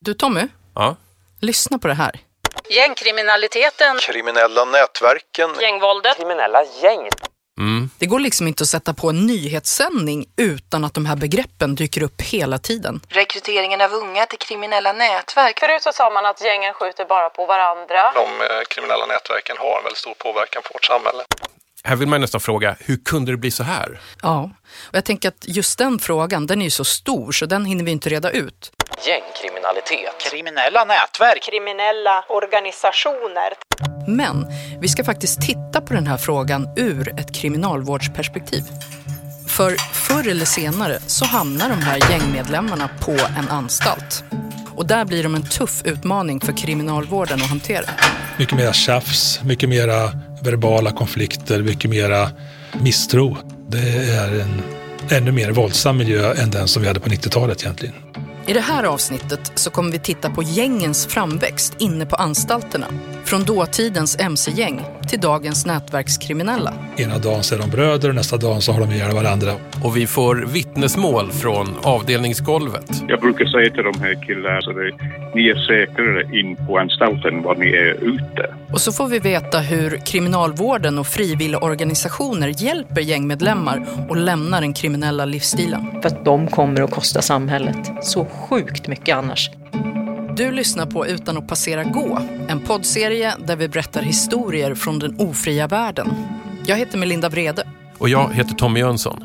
Du Tommy? Ja? Lyssna på det här. Gängkriminaliteten. Kriminella nätverken. Gängvåldet. Kriminella gäng. Det går liksom inte att sätta på en nyhetssändning utan att de här begreppen dyker upp hela tiden. Rekryteringen av unga till kriminella nätverk. Förut så sa man att gängen skjuter bara på varandra. De kriminella nätverken har en väldigt stor påverkan på vårt samhälle. Här vill man nästan fråga, hur kunde det bli så här? Ja, och jag tänker att just den frågan, den är ju så stor så den hinner vi inte reda ut. Gängkriminalitet. Kriminella nätverk. Kriminella organisationer. Men vi ska faktiskt titta på den här frågan ur ett kriminalvårdsperspektiv. För förr eller senare så hamnar de här gängmedlemmarna på en anstalt. Och där blir de en tuff utmaning för kriminalvården att hantera. Mycket mera tjafs, mycket mera verbala konflikter, mycket mera misstro. Det är en ännu mer våldsam miljö än den som vi hade på 90-talet egentligen. I det här avsnittet så kommer vi titta på gängens framväxt inne på anstalterna. Från dåtidens MC-gäng till dagens nätverkskriminella. Ena dagen så är de bröder och nästa dag så har de ihjäl varandra. Och vi får vittnesmål från avdelningsgolvet. Jag brukar säga till de här killarna så ni är säkrare in på anstalten vad ni är ute. Och så får vi veta hur kriminalvården och frivilliga organisationer hjälper gängmedlemmar och lämnar den kriminella livsstilen. För att de kommer att kosta samhället så sjukt mycket annars. Du lyssnar på Utan att passera gå, en poddserie där vi berättar historier från den ofria världen. Jag heter Melinda Vrede. Och jag heter Tommy Jönsson.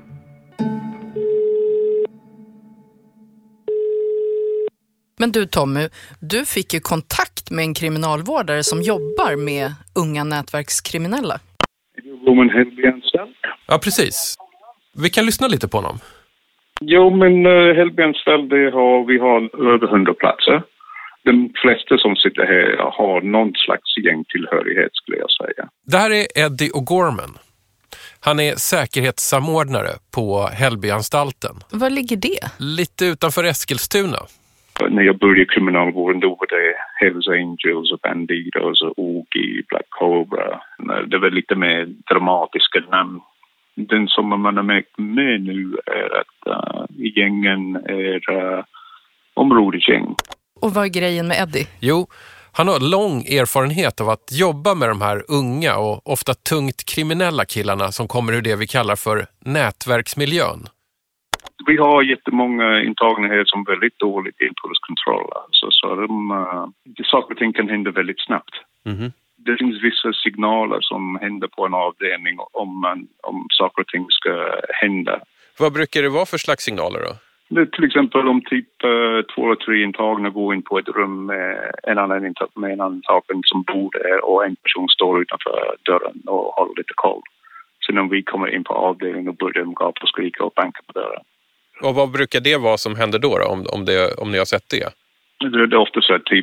Men du Tommy, du fick ju kontakt med en kriminalvårdare som jobbar med unga nätverkskriminella. Woman Hellbyanstalt. Ja, precis. Vi kan lyssna lite på honom. Jo, men Hellbyanstalt vi har över 100 platser. De flesta som sitter här har någon slags gängtillhörighet skulle jag säga. Det här är Eddie O'Gorman. Han är säkerhetssamordnare på Hällbyanstalten. Var ligger det? Lite utanför Eskilstuna. När jag började kriminalvården då var det Hells Angels och Bandidos och Oogie, Black Cobra. Det var lite mer dramatiska namn. Den som man har märkt med nu är att gängen är områdesgäng. Och vad är grejen med Eddie? Jo, han har lång erfarenhet av att jobba med de här unga och ofta tungt kriminella killarna som kommer ur det vi kallar för nätverksmiljön. Vi har jättemånga intagna här som väldigt dåligt impulskontroll. Så saker och ting kan hända väldigt snabbt. Mm-hmm. Det finns vissa signaler som händer på en avdelning om saker och ting ska hända. Vad brukar det vara för slags signaler då? Det är till exempel om typ 2 eller 3 intagna går in på ett rum med en annan intagen som bor där och en person står utanför dörren och håller lite koll. Sen om vi kommer in på avdelningen och börjar de gapa och skrika och banka på dörren. Och vad brukar det vara som händer då om ni har sett det? Det är ofta så att typ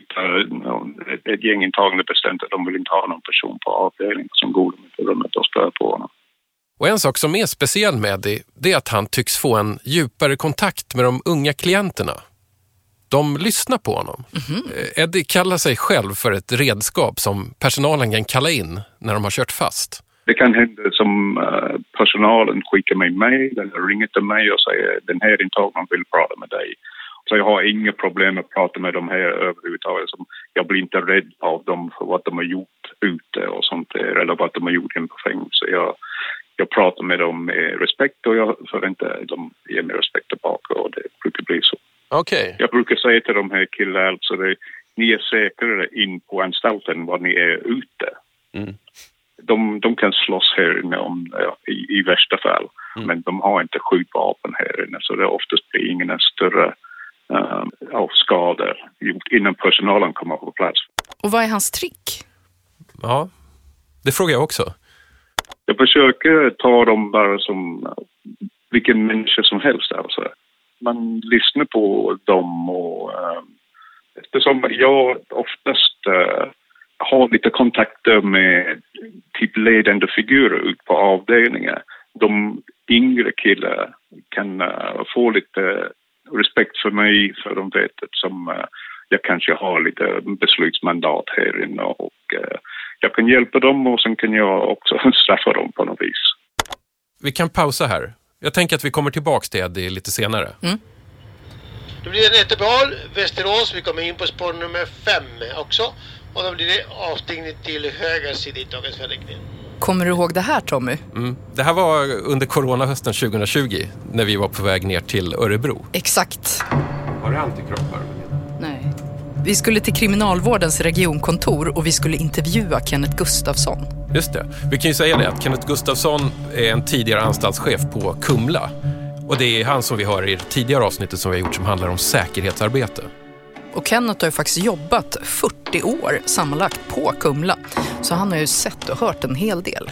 ett gäng intagna bestämt att de vill inte ha någon person på avdelningen som går in i rummet och stör på honom. Och en sak som är speciell med det är att han tycks få en djupare kontakt med de unga klienterna. De lyssnar på honom. Mm-hmm. Eddie kallar sig själv för ett redskap som personalen kan kalla in när de har kört fast. Det kan hända som personalen skickar mig mejl eller ringer till mig och säger den här intagna vill prata med dig. Så jag har inga problem att prata med dem här överhuvudtaget. Jag blir inte rädd av dem för vad de har gjort ute och sånt där, eller vad de har gjort in på fängelse. Jag pratar med dem med respekt och jag förväntar de ger mig respekt tillbaka och det brukar bli så. Okay. Jag brukar säga till de här killarna alltså ni är säkrare in på anstalten vad ni är ute. Mm. De kan slåss här inne i värsta fall. Men de har inte skjutvapen här inne så det oftast blir ingen större skador innan personalen kommer på plats. Och vad är hans trick? Ja, det frågar jag också. Jag försöker ta dem bara som vilken människa som helst. Alltså. Man lyssnar på dem och eftersom jag oftast har lite kontakter med typ ledande figurer ut på avdelningar. De yngre killar kan få lite respekt för mig för de vet som jag kanske har lite beslutsmandat här inne och jag kan hjälpa dem och sen kan jag också straffa dem på något vis. Vi kan pausa här. Jag tänker att vi kommer tillbaka till Eddie lite senare. Mm. Då blir det Nätterpal, Västerås. Vi kommer in på spår nummer 5 också. Och då blir det avstigning till höger sida i dagens färdriktning. Kommer du ihåg det här, Tommy? Det här var under coronahösten 2020 när vi var på väg ner till Örebro. Exakt. Har du antikroppar? Nej. Vi skulle till kriminalvårdens regionkontor och vi skulle intervjua Kenneth Gustafsson. Just det. Vi kan ju säga det att Kenneth Gustafsson är en tidigare anstaltschef på Kumla. Och det är han som vi hör i det tidigare avsnittet som vi har gjort som handlar om säkerhetsarbete. Och Kenneth har ju faktiskt jobbat 40 år sammanlagt på Kumla. Så han har ju sett och hört en hel del.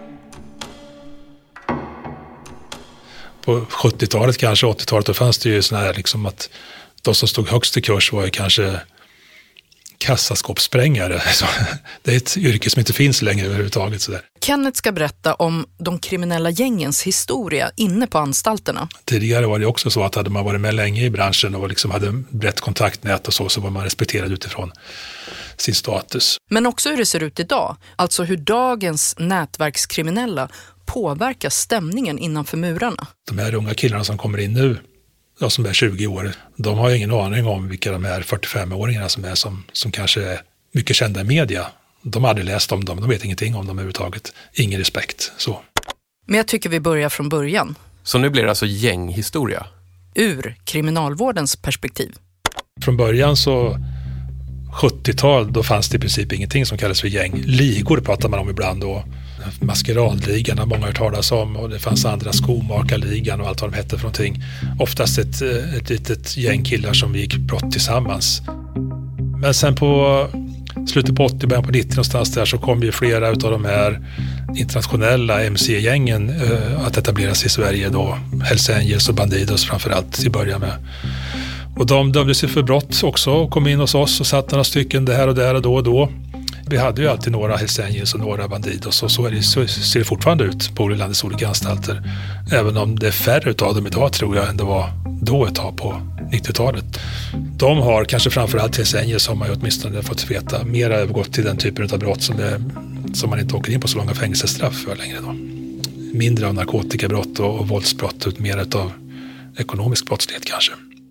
På 70-talet, kanske 80-talet, då fanns det ju såna här liksom att de som stod högst i kurs var ju kanske kassaskåpssprängare. Så det är ett yrke som inte finns längre överhuvudtaget. Sådär. Kenneth ska berätta om de kriminella gängens historia inne på anstalterna. Tidigare var det också så att hade man varit med länge i branschen och liksom hade brett kontaktnät och så var man respekterad utifrån sin status. Men också hur det ser ut idag. Alltså hur dagens nätverkskriminella påverkar stämningen innanför murarna. De här unga killarna som kommer in nu, som är 20 år, de har ju ingen aning om vilka de här 45-åringarna som är som kanske är mycket kända i media. De har aldrig läst om dem, de vet ingenting om dem överhuvudtaget. Ingen respekt, så. Men jag tycker vi börjar från början. Så nu blir det alltså gänghistoria? Ur kriminalvårdens perspektiv. Från början så 70-tal, då fanns det i princip ingenting som kallas för gäng. Ligor pratar man om ibland då. Maskeradligan har många hört talas om och det fanns andra, skomakarligan och allt vad de hette för någonting. Oftast ett litet gäng killar som gick brott tillsammans. Men sen på slutet på 80, början på 90 någonstans där så kom ju flera av de här internationella MC-gängen att etableras i Sverige då. Hells Angels och Bandidos framförallt i början med. Och de dömdes ju för brott också och kom in hos oss och satt några stycken där och då. Vi hade ju alltid några Hells Angels och några Bandidos och så ser det fortfarande ut på landets olika anstalter. Även om det är färre av dem idag tror jag än det var då ett tag på 90-talet. De har kanske framförallt Hells Angels som man ju åtminstone fått veta mer övergått till den typen av brott som man inte åker in på så långa fängelsestraff för längre då. Mindre av narkotikabrott och våldsbrott och mer av ekonomisk brottslighet kanske.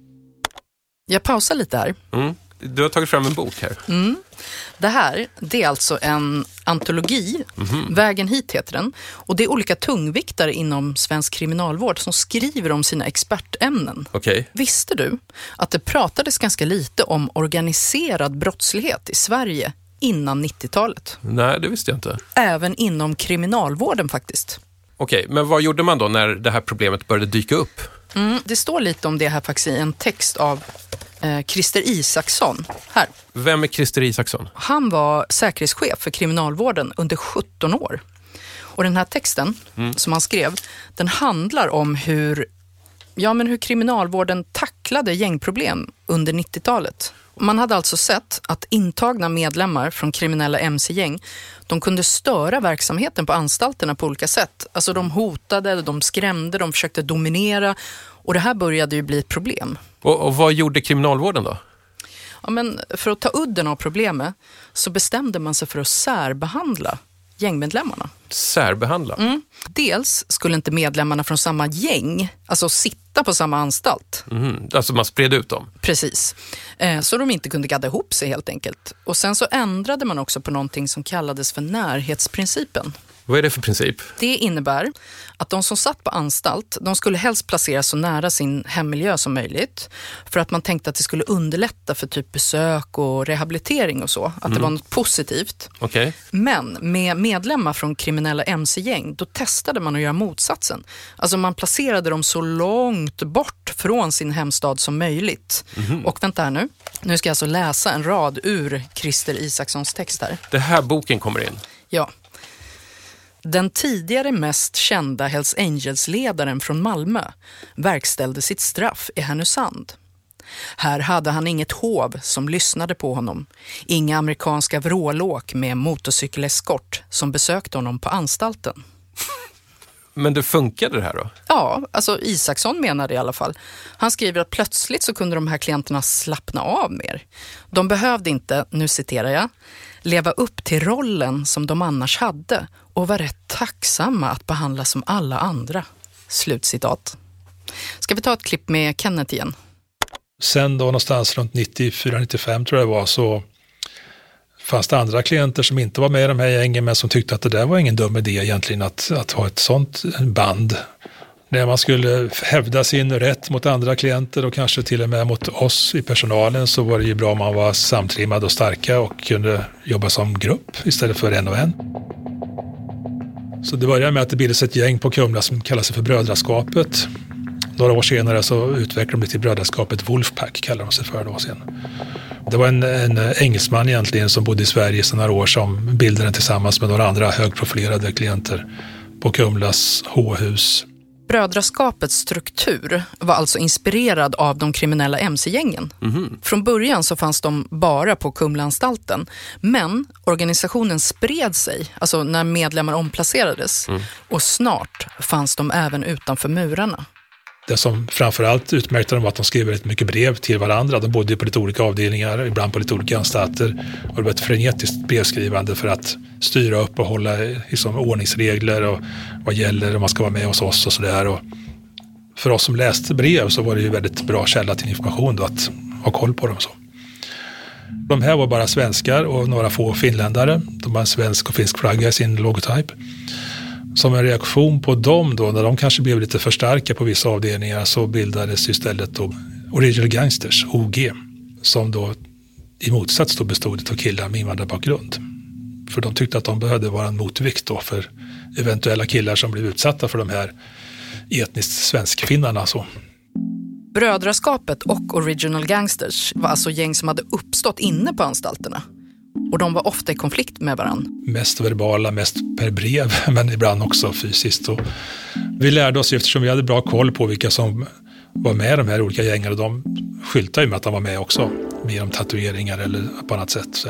Jag pausar lite här. Du har tagit fram en bok här. Det här, det är alltså en antologi. Vägen hit heter den. Och det är olika tungviktare inom svensk kriminalvård som skriver om sina expertämnen. Okay. Visste du att det pratades ganska lite om organiserad brottslighet i Sverige innan 90-talet? Nej, det visste jag inte. Även inom kriminalvården faktiskt. Okej, men vad gjorde man då när det här problemet började dyka upp? Det står lite om det här faktiskt i en text av Christer Isaksson. Här. Vem är Christer Isaksson? Han var säkerhetschef för kriminalvården under 17 år. Och den här texten som han skrev, den handlar om hur kriminalvården tacklade gängproblem under 90-talet. Man hade alltså sett att intagna medlemmar från kriminella MC-gäng, de kunde störa verksamheten på anstalterna på olika sätt. Alltså de hotade, de skrämde, de försökte dominera och det här började ju bli ett problem. Och vad gjorde kriminalvården då? Ja, men för att ta udden av problemet så bestämde man sig för att särbehandla gängmedlemmarna. Särbehandla? Dels skulle inte medlemmarna från samma gäng alltså sitta på samma anstalt. Alltså man spred ut dem? Precis. Så de inte kunde gadda ihop sig helt enkelt. Och sen så ändrade man också på någonting som kallades för närhetsprincipen. Vad är det för princip? Det innebär att de som satt på anstalt, de skulle helst placeras så nära sin hemmiljö som möjligt. För att man tänkte att det skulle underlätta för typ besök och rehabilitering och så. Att det var något positivt. Okay. Men med medlemmar från kriminella MC-gäng, då testade man att göra motsatsen. Alltså man placerade dem så långt bort från sin hemstad som möjligt. Och vänta här nu. Nu ska jag alltså läsa en rad ur Christer Isakssons text här. Det här boken kommer in? Ja. Den tidigare mest kända Hells Angels-ledaren från Malmö verkställde sitt straff i Härnösand. Här hade han inget hov som lyssnade på honom. Inga amerikanska vrålåk med motorcykeleskort som besökte honom på anstalten. Men det funkade det här då? Ja, alltså Isaksson menade i alla fall. Han skriver att plötsligt så kunde de här klienterna slappna av mer. De behövde inte, nu citerar jag, leva upp till rollen som de annars hade och var rätt tacksamma att behandlas som alla andra. Slutcitat. Ska vi ta ett klipp med Kenneth igen? Sen då någonstans runt 94-95 tror jag det var, så fanns det andra klienter som inte var med i de här gängen men som tyckte att det där var ingen dum idé egentligen att ha ett sånt band. När man skulle hävda sin rätt mot andra klienter och kanske till och med mot oss i personalen, så var det ju bra om man var samtrimmad och starka och kunde jobba som grupp istället för en och en. Så det började med att det bildades ett gäng på Kumla som kallas för Brödraskapet. Några år senare så utvecklade de till Brödraskapet Wolfpack, kallar de sig för då sen. Det var en engelsman egentligen som bodde i Sverige sedan några år som bildade den tillsammans med några andra högprofilerade klienter på Kumlas H-hus. Brödraskapets struktur var alltså inspirerad av de kriminella MC-gängen. Från början så fanns de bara på Kumlaanstalten, men organisationen spred sig, alltså när medlemmar omplacerades, och snart fanns de även utanför murarna. Det som framförallt utmärkte dem var att de skrev väldigt mycket brev till varandra. De bodde på lite olika avdelningar, ibland på lite olika anstalter. Och det var ett frenetiskt brevskrivande för att styra upp och hålla liksom ordningsregler och vad gäller om man ska vara med hos oss och sådär. Och för oss som läste brev så var det ju väldigt bra källa till information då, att ha koll på dem. Så. De här var bara svenskar och några få finländare. De har en svensk och finsk flagga i sin logotyp. Som en reaktion på dem då, när de kanske blev lite för starka på vissa avdelningar, så bildades istället då Original Gangsters, OG, som då i motsats då bestod av killar med invandrarbakgrund. För de tyckte att de behövde vara en motvikt då för eventuella killar som blev utsatta för de här etniskt svenskfinnarna. Så. Brödraskapet och Original Gangsters var alltså gäng som hade uppstått inne på anstalterna. Och de var ofta i konflikt med varandra. Mest verbala, mest per brev, men ibland också fysiskt. Och vi lärde oss, eftersom vi hade bra koll på vilka som var med i de här olika gängen, och de skyltade ju med att de var med också, med tatueringar eller på annat sätt.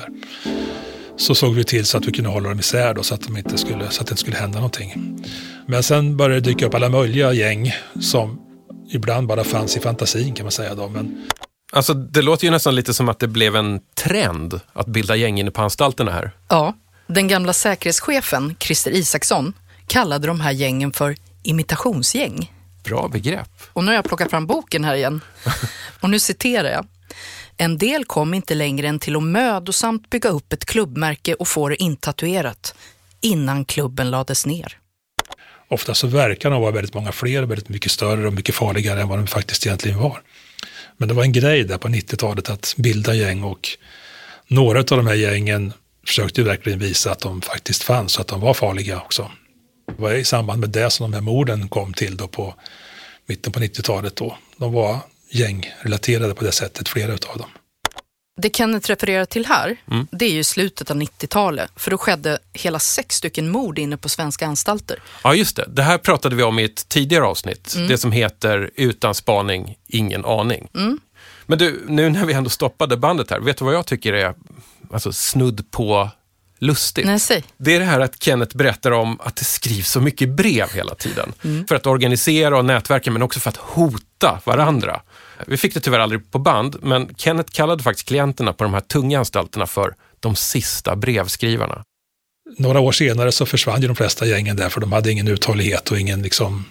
Så såg vi till så att vi kunde hålla dem isär då, så att det inte skulle hända någonting. Men sen började det dyka upp alla möjliga gäng som ibland bara fanns i fantasin, kan man säga då, men... Alltså det låter ju nästan lite som att det blev en trend att bilda gäng inne på anstalterna här. Ja, den gamla säkerhetschefen Christer Isaksson kallade de här gängen för imitationsgäng. Bra begrepp. Och nu har jag plockat fram boken här igen. Och nu citerar jag. En del kom inte längre än till att mödosamt bygga upp ett klubbmärke och få det intatuerat innan klubben lades ner. Ofta så verkar de vara väldigt många fler, väldigt mycket större och mycket farligare än vad de faktiskt egentligen var. Men det var en grej där på 90-talet att bilda gäng, och några av de här gängen försökte ju verkligen visa att de faktiskt fanns och att de var farliga också. Det var i samband med det som de här morden kom till då på mitten på 90-talet då. De var gängrelaterade på det sättet, flera utav dem. Det Kenneth refererar till här, det är ju slutet av 90-talet. För då skedde hela 6 stycken mord inne på svenska anstalter. Ja, just det. Det här pratade vi om i ett tidigare avsnitt. Det som heter Utan spaning, ingen aning. Men du, nu när vi ändå stoppade bandet här, vet du vad jag tycker är alltså, snudd på lustigt? Nej, säg. Det är det här att Kenneth berättar om att det skrivs så mycket brev hela tiden. För att organisera och nätverka, men också för att hota varandra. Vi fick det tyvärr aldrig på band, men Kenneth kallade faktiskt klienterna på de här tunga anstalterna för de sista brevskrivarna. Några år senare så försvann ju de flesta gängen där, för de hade ingen uthållighet och ingen liksom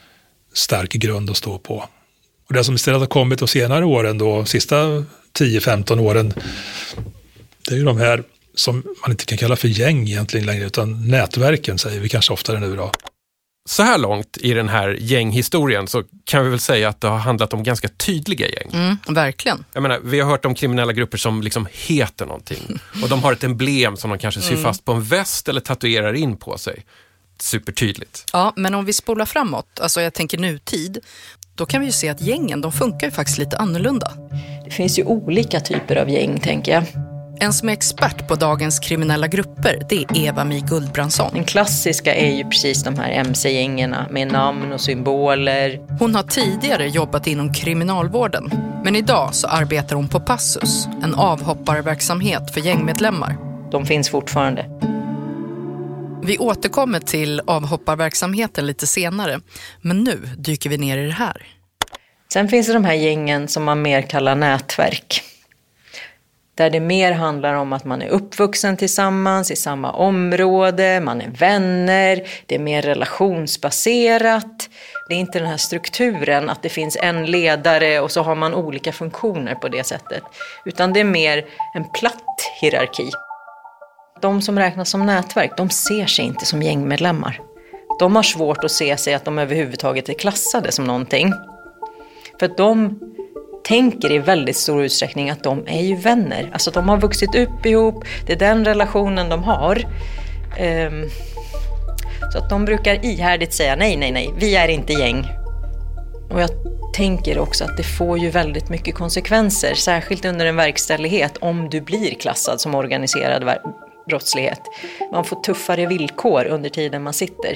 stark grund att stå på. Och det som istället har kommit de senare åren då, sista 10-15 åren, det är ju de här som man inte kan kalla för gäng egentligen längre, utan nätverken säger vi kanske oftare nu då. Så här långt i den här gänghistorien så kan vi väl säga att det har handlat om ganska tydliga gäng. Verkligen. Jag menar, vi har hört om kriminella grupper som liksom heter någonting. Och de har ett emblem som de kanske syr fast på en väst eller tatuerar in på sig. Supertydligt. Ja, men om vi spolar framåt, alltså jag tänker nutid, då kan vi ju se att gängen, de funkar ju faktiskt lite annorlunda. Det finns ju olika typer av gäng, tänker jag. En som är expert på dagens kriminella grupper, det är Eva-Mi Guldbrandsson. Den klassiska är ju precis de här MC-gängerna med namn och symboler. Hon har tidigare jobbat inom kriminalvården, men idag så arbetar hon på Passus, en avhopparverksamhet för gängmedlemmar. De finns fortfarande. Vi återkommer till avhopparverksamheten lite senare, men nu dyker vi ner i det här. Sen finns det de här gängen som man mer kallar nätverk. Där det mer handlar om att man är uppvuxen tillsammans i samma område, man är vänner, det är mer relationsbaserat. Det är inte den här strukturen att det finns en ledare och så har man olika funktioner på det sättet. Utan det är mer en platt hierarki. De som räknas som nätverk, de ser sig inte som gängmedlemmar. De har svårt att se sig att de överhuvudtaget är klassade som någonting. För att de tänker i väldigt stor utsträckning att de är ju vänner. Alltså de har vuxit upp ihop, det är den relationen de har. Så att de brukar ihärdigt säga nej, vi är inte gäng. Och jag tänker också att det får ju väldigt mycket konsekvenser, särskilt under en verkställighet om du blir klassad som organiserad brottslighet. Man får tuffare villkor under tiden man sitter.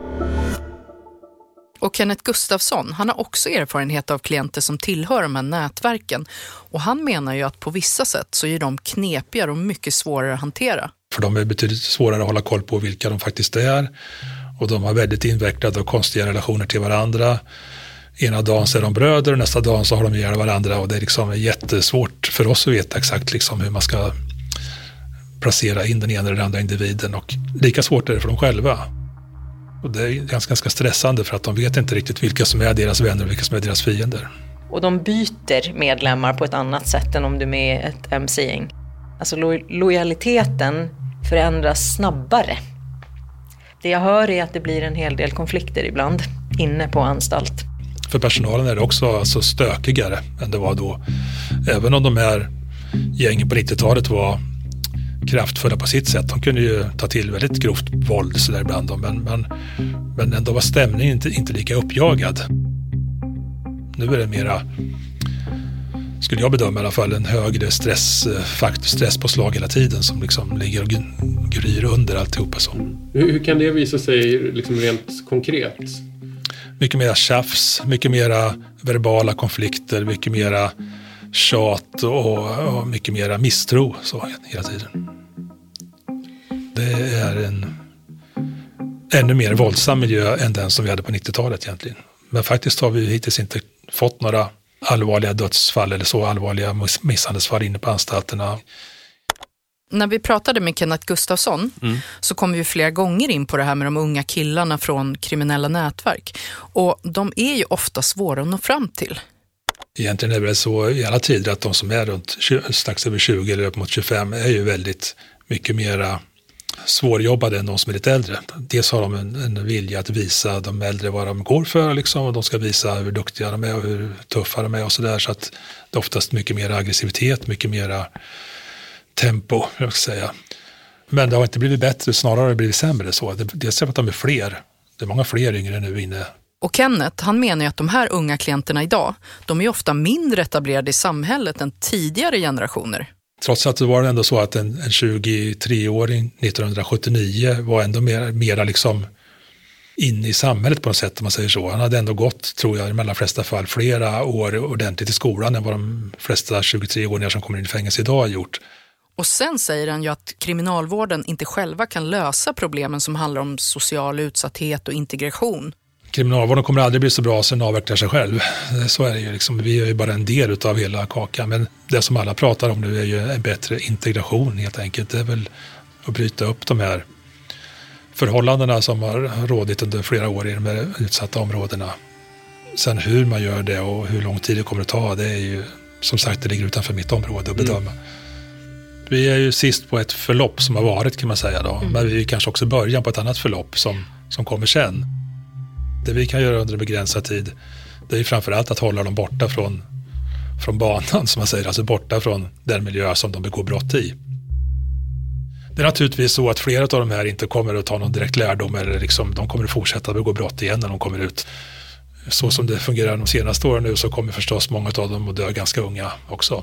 Och Kenneth Gustafsson, han har också erfarenhet av klienter som tillhör de här nätverken. Och han menar ju att på vissa sätt så är de knepigare och mycket svårare att hantera. För de är betydligt svårare att hålla koll på vilka de faktiskt är. Och de har väldigt invecklade och konstiga relationer till varandra. Ena dagen så är de bröder och nästa dag så har de ihjäl varandra. Och det är liksom jättesvårt för oss att veta exakt liksom hur man ska placera in den ena eller andra individen. Och lika svårt är det för dem själva. Och det är ganska stressande för att de vet inte riktigt vilka som är deras vänner och vilka som är deras fiender. Och de byter medlemmar på ett annat sätt än om du är med i ett MC-gäng. Alltså lojaliteten förändras snabbare. Det jag hör är att det blir en hel del konflikter ibland inne på anstalt. För personalen är det också alltså stökigare än det var då. Även om de här gängen på 90-talet var kraftfulla på sitt sätt. De kunde ju ta till väldigt grovt våld så där ibland då, men ändå var stämningen inte lika uppjagad. Nu är det mera, skulle jag bedöma i alla fall, en högre stresspåslag hela tiden som liksom ligger och gryr under alltihopa så. Hur kan det visa sig liksom rent konkret? Mycket mera tjafs, mycket mera verbala konflikter, mycket mera tjat och mycket mera misstro så hela tiden. Det är en ännu mer våldsam miljö än den som vi hade på 90-talet egentligen. Men faktiskt har vi hittills inte fått några allvarliga dödsfall eller så allvarliga misshandelsfall inne på anstalterna. När vi pratade med Kenneth Gustafsson så kom vi flera gånger in på det här med de unga killarna från kriminella nätverk. Och de är ju ofta svåra att nå fram till. Egentligen är det väl så i alla tider att de som är runt strax över 20 eller upp mot 25 är ju väldigt mycket mera svårjobbade än de som är lite äldre. Dels har de en vilja att visa de äldre vad de går för liksom, och de ska visa hur duktiga de är och hur tuffa de är och sådär, så att det är oftast mycket mer aggressivitet, mycket mera tempo, jag ska säga. Men det har inte blivit bättre, snarare har det blivit sämre så. Dels är att de är fler. Det är många fler yngre nu inne. Och Kenneth, han menar ju att de här unga klienterna idag, de är ofta mindre etablerade i samhället än tidigare generationer. Trots att det var ändå så att en 23-åring 1979 var ändå mera liksom in i samhället på något sätt om man säger så. Han hade ändå gått, tror jag, i de allra flesta fall flera år ordentligt i skolan än vad de flesta 23-åringar som kommer in i fängelse idag har gjort. Och sen säger han ju att kriminalvården inte själva kan lösa problemen som handlar om social utsatthet och integration. Kriminalvården kommer aldrig bli så bra så den avvecklar sig själv. Så är det ju liksom. Vi är ju bara en del av hela kakan. Men det som alla pratar om nu är ju en bättre integration helt enkelt. Det är väl att bryta upp de här förhållandena som har rådit under flera år i de här utsatta områdena. Sen hur man gör det och hur lång tid det kommer att ta, det är ju som sagt, det ligger utanför mitt område att bedöma. Vi är ju sist på ett förlopp som har varit kan man säga då. Men vi är kanske också början på ett annat förlopp som kommer sen. Det vi kan göra under en begränsad tid, det är ju framförallt att hålla dem borta från banan som man säger, alltså borta från den miljö som de begår brott i. Det är naturligtvis så att flera av de här inte kommer att ta någon direkt lärdom eller liksom, de kommer att fortsätta begå brott igen när de kommer ut. Så som det fungerar de senaste åren nu så kommer förstås många av dem att dö ganska unga också.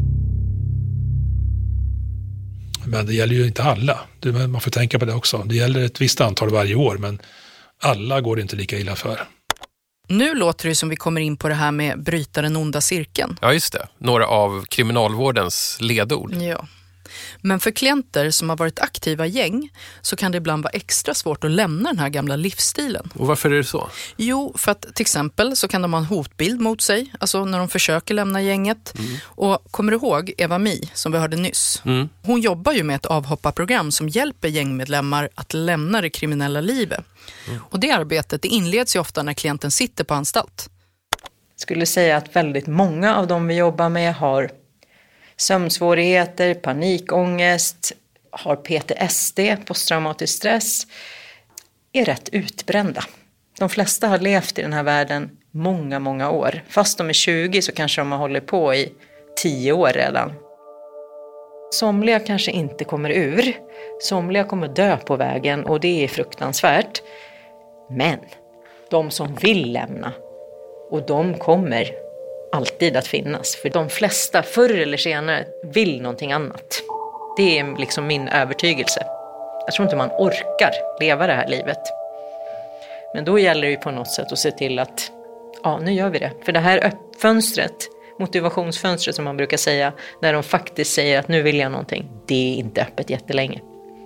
Men det gäller ju inte alla. Man får tänka på det också. Det gäller ett visst antal varje år, men alla går det inte lika illa för. Nu låter det som vi kommer in på det här med bryta den onda cirkeln. Ja, just det. Några av kriminalvårdens ledord. Ja. Men för klienter som har varit aktiva gäng så kan det ibland vara extra svårt att lämna den här gamla livsstilen. Och varför är det så? Jo, för att till exempel så kan de ha en hotbild mot sig, alltså när de försöker lämna gänget. Och kommer du ihåg Eva Mi som vi hörde nyss? Hon jobbar ju med ett avhopparprogram som hjälper gängmedlemmar att lämna det kriminella livet. Och det arbetet det inleds ju ofta när klienten sitter på anstalt. Jag skulle säga att väldigt många av dem vi jobbar med har sömnsvårigheter, panikångest, har PTSD, posttraumatisk stress, är rätt utbrända. De flesta har levt i den här världen många, många år. Fast de är 20 så kanske de har hållit på i 10 år redan. Somliga kanske inte kommer ur. Somliga kommer dö på vägen och det är fruktansvärt. Men de som vill lämna, och de kommer alltid att finnas. För de flesta förr eller senare vill någonting annat. Det är liksom min övertygelse. Jag tror inte man orkar leva det här livet. Men då gäller det ju på något sätt att se till att ja, nu gör vi det. För det här fönstret, motivationsfönstret som man brukar säga, när de faktiskt säger att nu vill jag någonting, det är inte öppet jättelänge.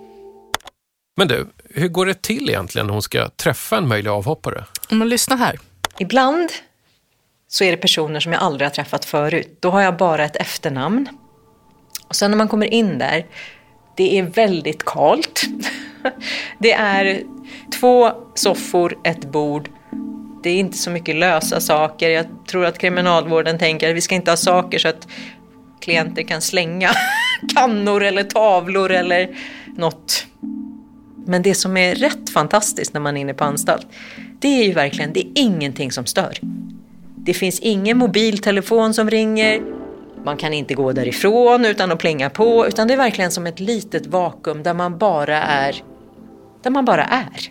Men du, hur går det till egentligen när hon ska träffa en möjlig avhoppare? Om man lyssnar här. Ibland så är det personer som jag aldrig har träffat förut. Då har jag bara ett efternamn. Och sen när man kommer in där, det är väldigt kalt. Det är 2 soffor, ett bord. Det är inte så mycket lösa saker. Jag tror att kriminalvården tänker att vi ska inte ha saker så att klienter kan slänga kannor eller tavlor eller något. Men det som är rätt fantastiskt när man är inne på anstalt, det är ju verkligen, det är ingenting som stör. Det finns ingen mobiltelefon som ringer. Man kan inte gå därifrån utan att plinga på. Utan det är verkligen som ett litet vakuum där man bara är. Där man bara är.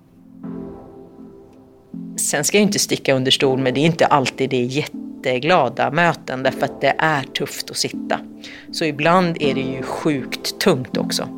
Sen ska jag inte sticka under stol, men det är inte alltid det är jätteglada möten. Därför att det är tufft att sitta. Så ibland är det ju sjukt tungt också.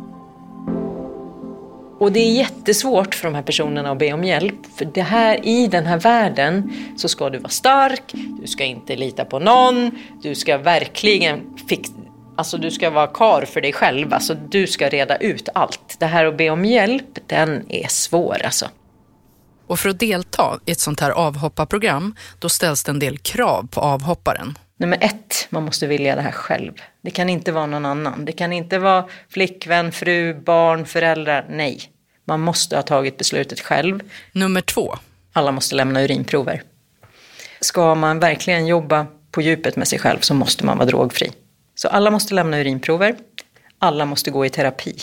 Och det är jättesvårt för de här personerna att be om hjälp. För det här, i den här världen så ska du vara stark. Du ska inte lita på någon. Du ska verkligen du ska vara kar för dig själv. Alltså du ska reda ut allt. Det här att be om hjälp, den är svår alltså. Och för att delta i ett sånt här avhopparprogram, då ställs det en del krav på avhopparen. Nummer 1, man måste vilja det här själv. Det kan inte vara någon annan. Det kan inte vara flickvän, fru, barn, föräldrar. Nej, man måste ha tagit beslutet själv. Nummer 2. Alla måste lämna urinprover. Ska man verkligen jobba på djupet med sig själv så måste man vara drogfri. Så alla måste lämna urinprover. Alla måste gå i terapi.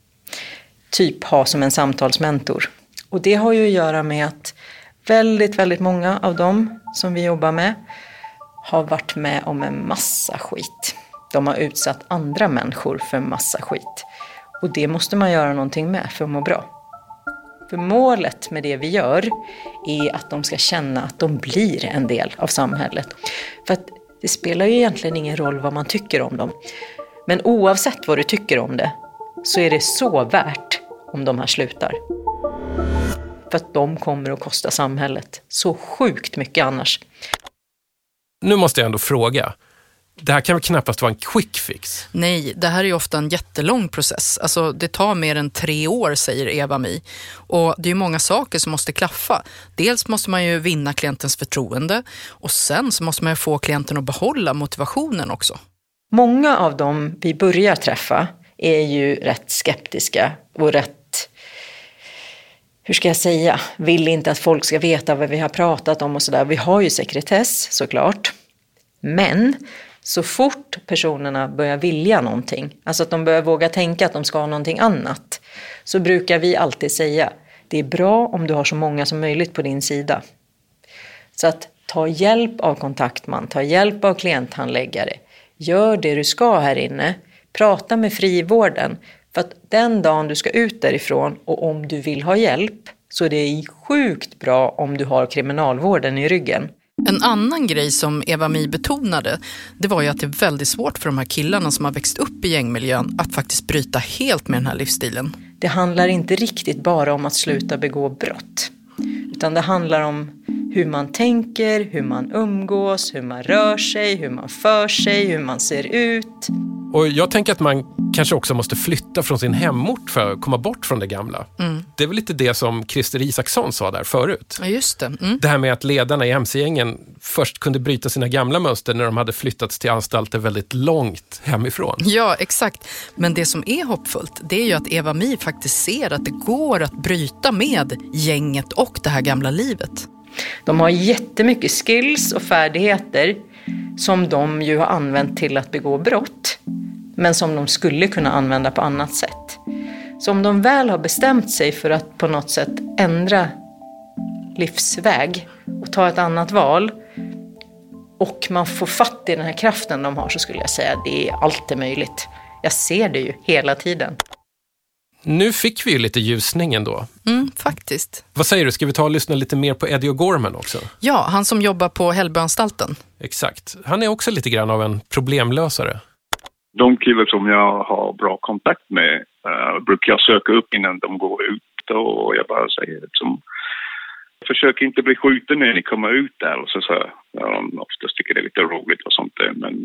Typ ha som en samtalsmentor. Och det har ju att göra med att väldigt, väldigt många av dem som vi jobbar med har varit med om en massa skit. De har utsatt andra människor för en massa skit. Och det måste man göra någonting med för att må bra. För målet med det vi gör är att de ska känna att de blir en del av samhället. För att det spelar ju egentligen ingen roll vad man tycker om dem. Men oavsett vad du tycker om det så är det så värt om de här slutar. För att de kommer att kosta samhället så sjukt mycket annars. Nu måste jag ändå fråga. Det här kan väl knappast vara en quick fix? Nej, det här är ju ofta en jättelång process. Alltså det tar mer än 3 år, säger Eva Mi. Och det är ju många saker som måste klaffa. Dels måste man ju vinna klientens förtroende. Och sen så måste man ju få klienten att behålla motivationen också. Många av dem vi börjar träffa är ju rätt skeptiska och rätt, hur ska jag säga, vill inte att folk ska veta vad vi har pratat om och sådär. Vi har ju sekretess såklart. Men så fort personerna börjar vilja någonting, alltså att de börjar våga tänka att de ska ha någonting annat, så brukar vi alltid säga, det är bra om du har så många som möjligt på din sida. Så att ta hjälp av kontaktman, ta hjälp av klienthandläggare, gör det du ska här inne, prata med frivården. För att den dagen du ska ut därifrån och om du vill ha hjälp så är det sjukt bra om du har kriminalvården i ryggen. En annan grej som Eva Mi betonade, det var ju att det är väldigt svårt för de här killarna som har växt upp i gängmiljön att faktiskt bryta helt med den här livsstilen. Det handlar inte riktigt bara om att sluta begå brott. Utan det handlar om hur man tänker, hur man umgås, hur man rör sig, hur man för sig, hur man ser ut. Och jag tänker att man kanske också måste flytta från sin hemort för att komma bort från det gamla. Det är väl lite det som Christer Isaksson sa där förut. Ja, just det. Det här med att ledarna i MC-gängen först kunde bryta sina gamla mönster när de hade flyttats till anstalter väldigt långt hemifrån. Ja, exakt. Men det som är hoppfullt, det är ju att Eva Mi faktiskt ser att det går att bryta med gänget och det här gamla livet. De har jättemycket skills och färdigheter som de ju har använt till att begå brott, men som de skulle kunna använda på annat sätt. Så om de väl har bestämt sig för att på något sätt ändra livsväg och ta ett annat val, och man får fatt i den här kraften de har, så skulle jag säga att det är alltid möjligt. Jag ser det ju hela tiden. Nu fick vi ju lite ljusning ändå. Faktiskt. Vad säger du? Ska vi ta och lyssna lite mer på Eddie O'Gorman också? Ja, han som jobbar på Hällböanstalten. Exakt. Han är också lite grann av en problemlösare. De killar som jag har bra kontakt med brukar jag söka upp innan de går ut. Och jag bara säger liksom, försök inte bli skjuten när ni kommer ut där. Och så de oftast tycker det är lite roligt och sånt där. Men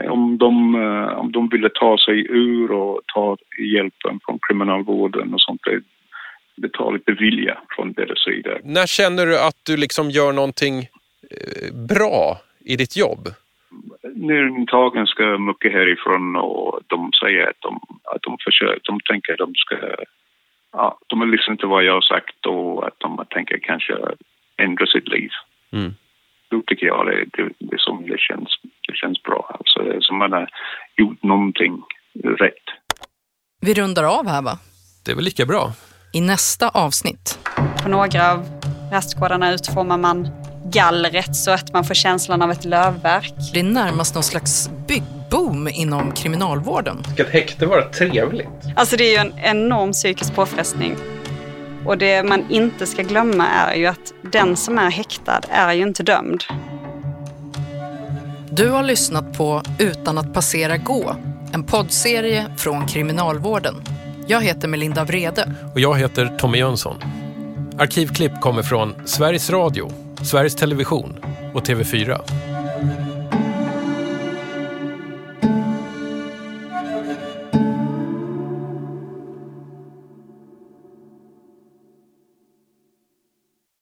om de ville ta sig ur och ta hjälpen från kriminalvården och sånt där, det tar lite vilja från deras sida. När känner du att du liksom gör någonting bra i ditt jobb? När intagen ska mucka härifrån och de säger att de försöker, de tänker att de ska, de har lyssnat till vad jag har sagt och att de tänker kanske ändra sitt liv. Då tycker jag det som det känns bra. Alltså det är som man har gjort någonting rätt. Vi rundar av här, va? Det är väl lika bra. I nästa avsnitt. På några av rastgårdarna utformar man gallret så att man får känslan av ett lövverk. Det är närmast någon slags byggboom inom kriminalvården. Ska ett häkte vara trevligt? Alltså det är ju en enorm psykisk påfrestning. Och det man inte ska glömma är ju att den som är häktad är ju inte dömd. Du har lyssnat på Utan att passera gå, en poddserie från kriminalvården. Jag heter Melinda Vrede. Och jag heter Tommy Jönsson. Arkivklipp kommer från Sveriges Radio, Sveriges Television och TV4.